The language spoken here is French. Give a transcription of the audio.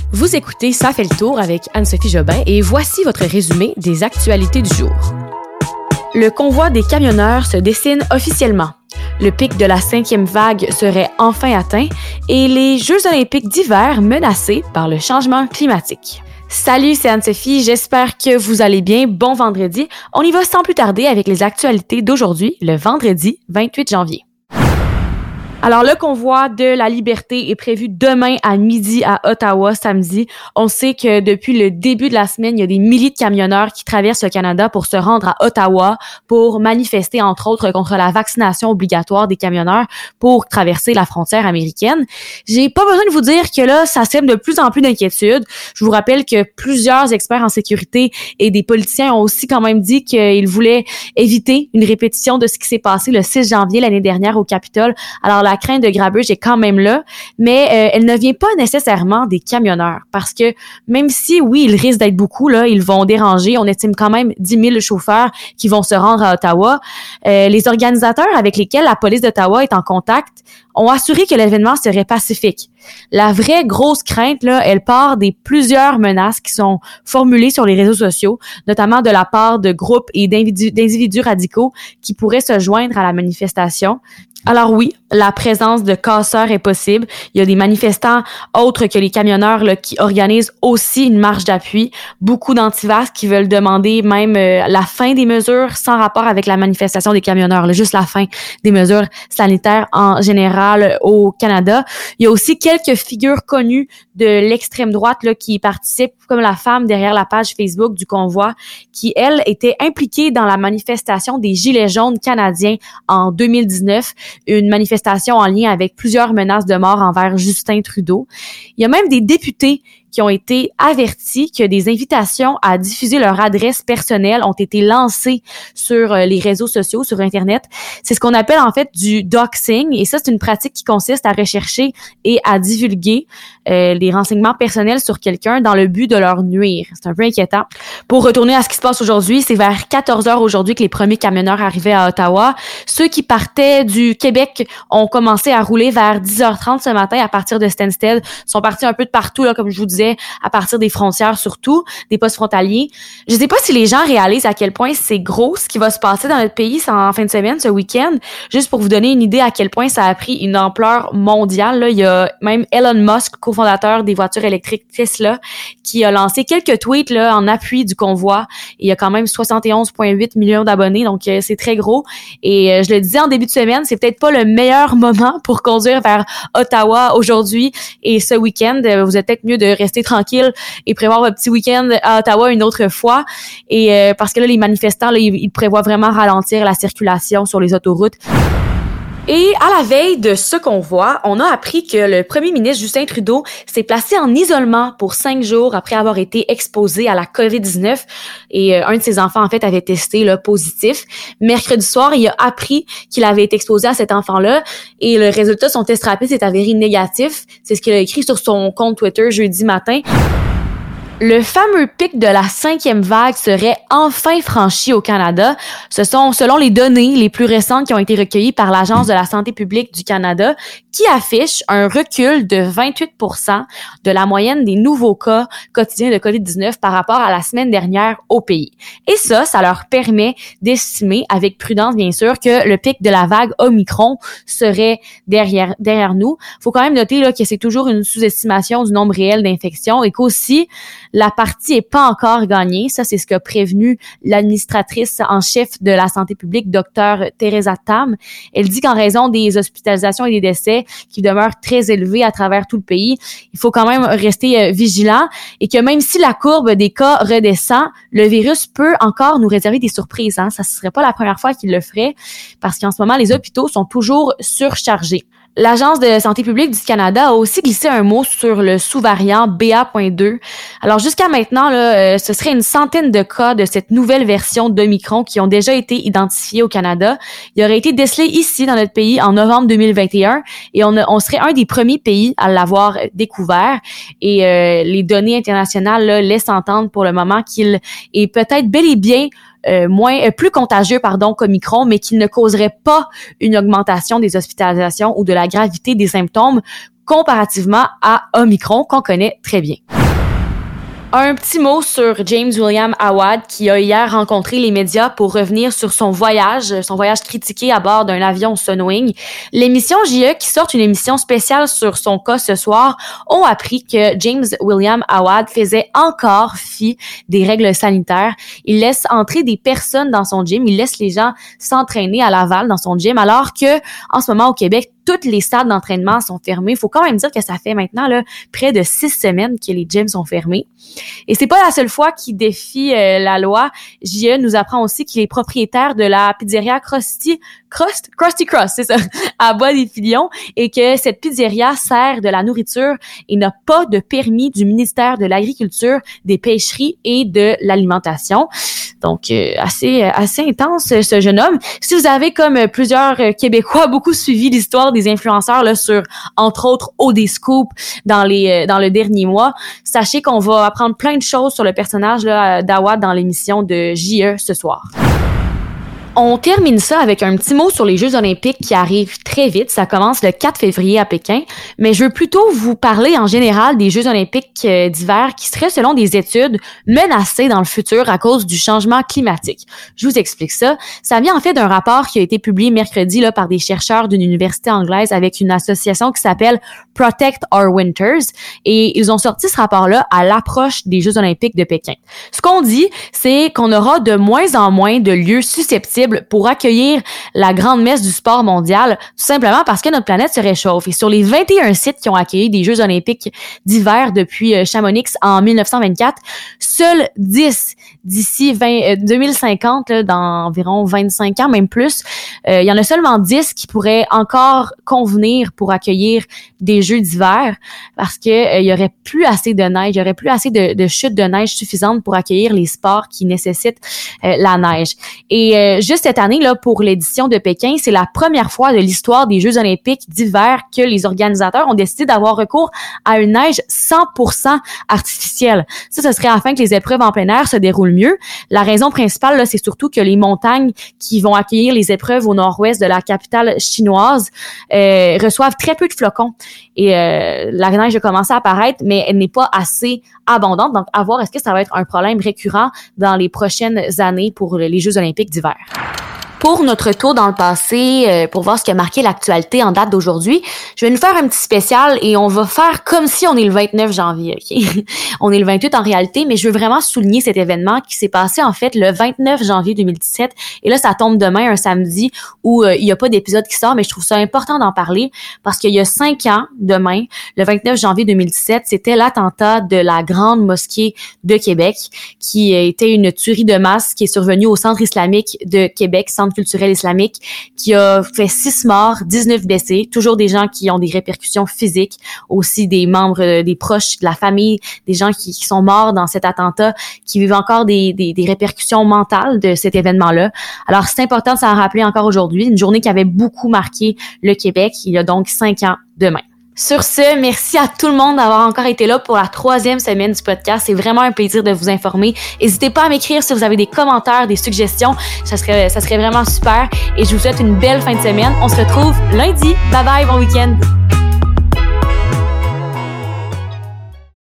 Vous écoutez Ça fait le tour avec Anne-Sophie Jobin et voici votre résumé des actualités du jour. Le convoi des camionneurs se dessine officiellement. Le pic de la 5e vague serait enfin atteint et les Jeux olympiques d'hiver menacés par le changement climatique. Salut, c'est Anne-Sophie, j'espère que vous allez bien. Bon vendredi. On y va sans plus tarder avec les actualités d'aujourd'hui, le vendredi 28 janvier. Alors, le convoi de la liberté est prévu demain à midi à Ottawa, samedi. On sait que depuis le début de la semaine, il y a des milliers de camionneurs qui traversent le Canada pour se rendre à Ottawa pour manifester, entre autres, contre la vaccination obligatoire des camionneurs pour traverser la frontière américaine. J'ai pas besoin de vous dire que là, ça sème de plus en plus d'inquiétude. Je vous rappelle que plusieurs experts en sécurité et des politiciens ont aussi quand même dit qu'ils voulaient éviter une répétition de ce qui s'est passé le 6 janvier l'année dernière au Capitole. Alors, la crainte de grabuge est quand même là, mais elle ne vient pas nécessairement des camionneurs parce que même si, oui, ils risquent d'être beaucoup, là, ils vont déranger. On estime quand même 10 000 chauffeurs qui vont se rendre à Ottawa. Les organisateurs avec lesquels la police d'Ottawa est en contact ont assuré que l'événement serait pacifique. La vraie grosse crainte, là, elle part des plusieurs menaces qui sont formulées sur les réseaux sociaux, notamment de la part de groupes et d'individus radicaux qui pourraient se joindre à la manifestation. Alors oui, la présence de casseurs est possible. Il y a des manifestants autres que les camionneurs là, qui organisent aussi une marche d'appui. Beaucoup d'antivax qui veulent demander même la fin des mesures sans rapport avec la manifestation des camionneurs, là, juste la fin des mesures sanitaires en général au Canada. Il y a aussi quelques figures connues de l'extrême droite là, qui participent, comme la femme derrière la page Facebook du convoi, qui, elle, était impliquée dans la manifestation des Gilets jaunes canadiens en 2019, une manifestation en lien avec plusieurs menaces de mort envers Justin Trudeau. Il y a même des députés qui ont été avertis que des invitations à diffuser leur adresse personnelle ont été lancées sur les réseaux sociaux, sur Internet. C'est ce qu'on appelle en fait du doxing et ça, c'est une pratique qui consiste à rechercher et à divulguer les renseignements personnels sur quelqu'un dans le but de leur nuire. C'est un peu inquiétant. Pour retourner à ce qui se passe aujourd'hui, c'est vers 14h aujourd'hui que les premiers camionneurs arrivaient à Ottawa. Ceux qui partaient du Québec ont commencé à rouler vers 10h30 ce matin à partir de Stansted. Ils sont partis un peu de partout, là, comme je vous disais, à partir des frontières surtout, des postes frontaliers. Je sais pas si les gens réalisent à quel point c'est gros ce qui va se passer dans notre pays en fin de semaine, ce week-end. Juste pour vous donner une idée à quel point ça a pris une ampleur mondiale. Là, il y a même Elon Musk, cofondateur des voitures électriques Tesla, qui a lancé quelques tweets là, en appui du convoi. Il y a quand même 71,8 millions d'abonnés, donc c'est très gros. Et je le disais en début de semaine, c'est peut-être pas le meilleur moment pour conduire vers Ottawa aujourd'hui et ce week-end. Vous êtes peut-être mieux de rester tranquille et prévoir votre petit week-end à Ottawa une autre fois. Et parce que là, les manifestants, là, ils prévoient vraiment ralentir la circulation sur les autoroutes. Et à la veille de ce convoi, on a appris que le premier ministre Justin Trudeau s'est placé en isolement pour 5 jours après avoir été exposé à la COVID-19 et un de ses enfants, en fait, avait testé là, positif. Mercredi soir, il a appris qu'il avait été exposé à cet enfant-là et le résultat de son test rapide s'est avéré négatif. C'est ce qu'il a écrit sur son compte Twitter jeudi matin. Le fameux pic de la 5e vague serait enfin franchi au Canada. Ce sont, selon les données les plus récentes qui ont été recueillies par l'Agence de la santé publique du Canada, qui affiche un recul de 28% de la moyenne des nouveaux cas quotidiens de COVID-19 par rapport à la semaine dernière au pays. Et ça leur permet d'estimer, avec prudence bien sûr, que le pic de la vague Omicron serait derrière nous. Faut quand même noter là, que c'est toujours une sous-estimation du nombre réel d'infections et qu'aussi, la partie est pas encore gagnée. Ça, c'est ce qu'a prévenu l'administratrice en chef de la santé publique, Dr. Theresa Tam. Elle dit qu'en raison des hospitalisations et des décès qui demeurent très élevés à travers tout le pays, il faut quand même rester vigilant et que même si la courbe des cas redescend, le virus peut encore nous réserver des surprises. Hein. Ça ne serait pas la première fois qu'il le ferait parce qu'en ce moment, les hôpitaux sont toujours surchargés. L'Agence de santé publique du Canada a aussi glissé un mot sur le sous-variant BA.2. Alors jusqu'à maintenant, là, ce serait une centaine de cas de cette nouvelle version d'Omicron qui ont déjà été identifiés au Canada. Il aurait été décelé ici dans notre pays en novembre 2021 et on serait un des premiers pays à l'avoir découvert. Et les données internationales là, laissent entendre pour le moment qu'il est peut-être bel et bien plus contagieux qu'Omicron, mais qui ne causerait pas une augmentation des hospitalisations ou de la gravité des symptômes comparativement à Omicron qu'on connaît très bien. Un petit mot sur James William Howard qui a hier rencontré les médias pour revenir sur son voyage critiqué à bord d'un avion Sunwing. L'émission JE, qui sort une émission spéciale sur son cas ce soir, ont appris que James William Howard faisait encore fi des règles sanitaires. Il laisse entrer des personnes dans son gym, il laisse les gens s'entraîner à Laval dans son gym, alors que en ce moment au Québec, toutes les salles d'entraînement sont fermées. Il faut quand même dire que ça fait maintenant près de 6 semaines que les gyms sont fermés. Et c'est pas la seule fois qu'il défie la loi. JE nous apprend aussi qu'il est propriétaire de la pizzeria Krusty Crust, c'est ça, à Bois-des-Filions, et que cette pizzeria sert de la nourriture et n'a pas de permis du ministère de l'Agriculture, des Pêcheries et de l'Alimentation. Donc, assez intense, ce jeune homme. Si vous avez, comme plusieurs Québécois, beaucoup suivi l'histoire des influenceurs là, sur, entre autres, ODScoop dans le dernier mois, sachez qu'on va apprendre plein de choses sur le personnage là, d'Howard dans l'émission de JE ce soir. On termine ça avec un petit mot sur les Jeux olympiques qui arrivent très vite. Ça commence le 4 février à Pékin. Mais je veux plutôt vous parler en général des Jeux olympiques d'hiver qui seraient, selon des études, menacés dans le futur à cause du changement climatique. Je vous explique ça. Ça vient en fait d'un rapport qui a été publié mercredi là, par des chercheurs d'une université anglaise avec une association qui s'appelle Protect Our Winters. Et ils ont sorti ce rapport-là à l'approche des Jeux olympiques de Pékin. Ce qu'on dit, c'est qu'on aura de moins en moins de lieux susceptibles pour accueillir la grande messe du sport mondial, tout simplement parce que notre planète se réchauffe. Et sur les 21 sites qui ont accueilli des Jeux olympiques d'hiver depuis Chamonix en 1924, seuls 10 d'ici 2050, là, dans environ 25 ans, même plus, il y en a seulement 10 qui pourraient encore convenir pour accueillir des Jeux d'hiver parce que il y aurait plus assez de neige, il y aurait plus assez de chutes de neige suffisantes pour accueillir les sports qui nécessitent la neige. Et juste cette année, là, pour l'édition de Pékin, c'est la première fois de l'histoire des Jeux olympiques d'hiver que les organisateurs ont décidé d'avoir recours à une neige 100% artificielle. Ça serait afin que les épreuves en plein air se déroulent mieux. La raison principale, là, c'est surtout que les montagnes qui vont accueillir les épreuves au nord-ouest de la capitale chinoise reçoivent très peu de flocons. Et la neige a commencé à apparaître, mais elle n'est pas assez abondante. Donc, à voir, est-ce que ça va être un problème récurrent dans les prochaines années pour les Jeux olympiques d'hiver. Pour notre tour dans le passé, pour voir ce qui a marqué l'actualité en date d'aujourd'hui, je vais nous faire un petit spécial et on va faire comme si on est le 29 janvier, ok? On est le 28 en réalité, mais je veux vraiment souligner cet événement qui s'est passé en fait le 29 janvier 2017. Et là, ça tombe demain, un samedi, où il n'y a pas d'épisode qui sort, mais je trouve ça important d'en parler parce qu'il y a 5 ans, demain, le 29 janvier 2017, c'était l'attentat de la Grande Mosquée de Québec, qui était une tuerie de masse qui est survenue au Centre islamique de Québec, Centre culturel islamique, qui a fait 6 morts, 19 blessés, toujours des gens qui ont des répercussions physiques, aussi des membres, des proches de la famille, des gens qui sont morts dans cet attentat, qui vivent encore des répercussions mentales de cet événement-là. Alors, c'est important de s'en rappeler encore aujourd'hui, une journée qui avait beaucoup marqué le Québec, il y a donc 5 ans demain. Sur ce, merci à tout le monde d'avoir encore été là pour la 3e semaine du podcast. C'est vraiment un plaisir de vous informer. N'hésitez pas à m'écrire si vous avez des commentaires, des suggestions. Ça serait vraiment super. Et je vous souhaite une belle fin de semaine. On se retrouve lundi. Bye bye, bon week-end.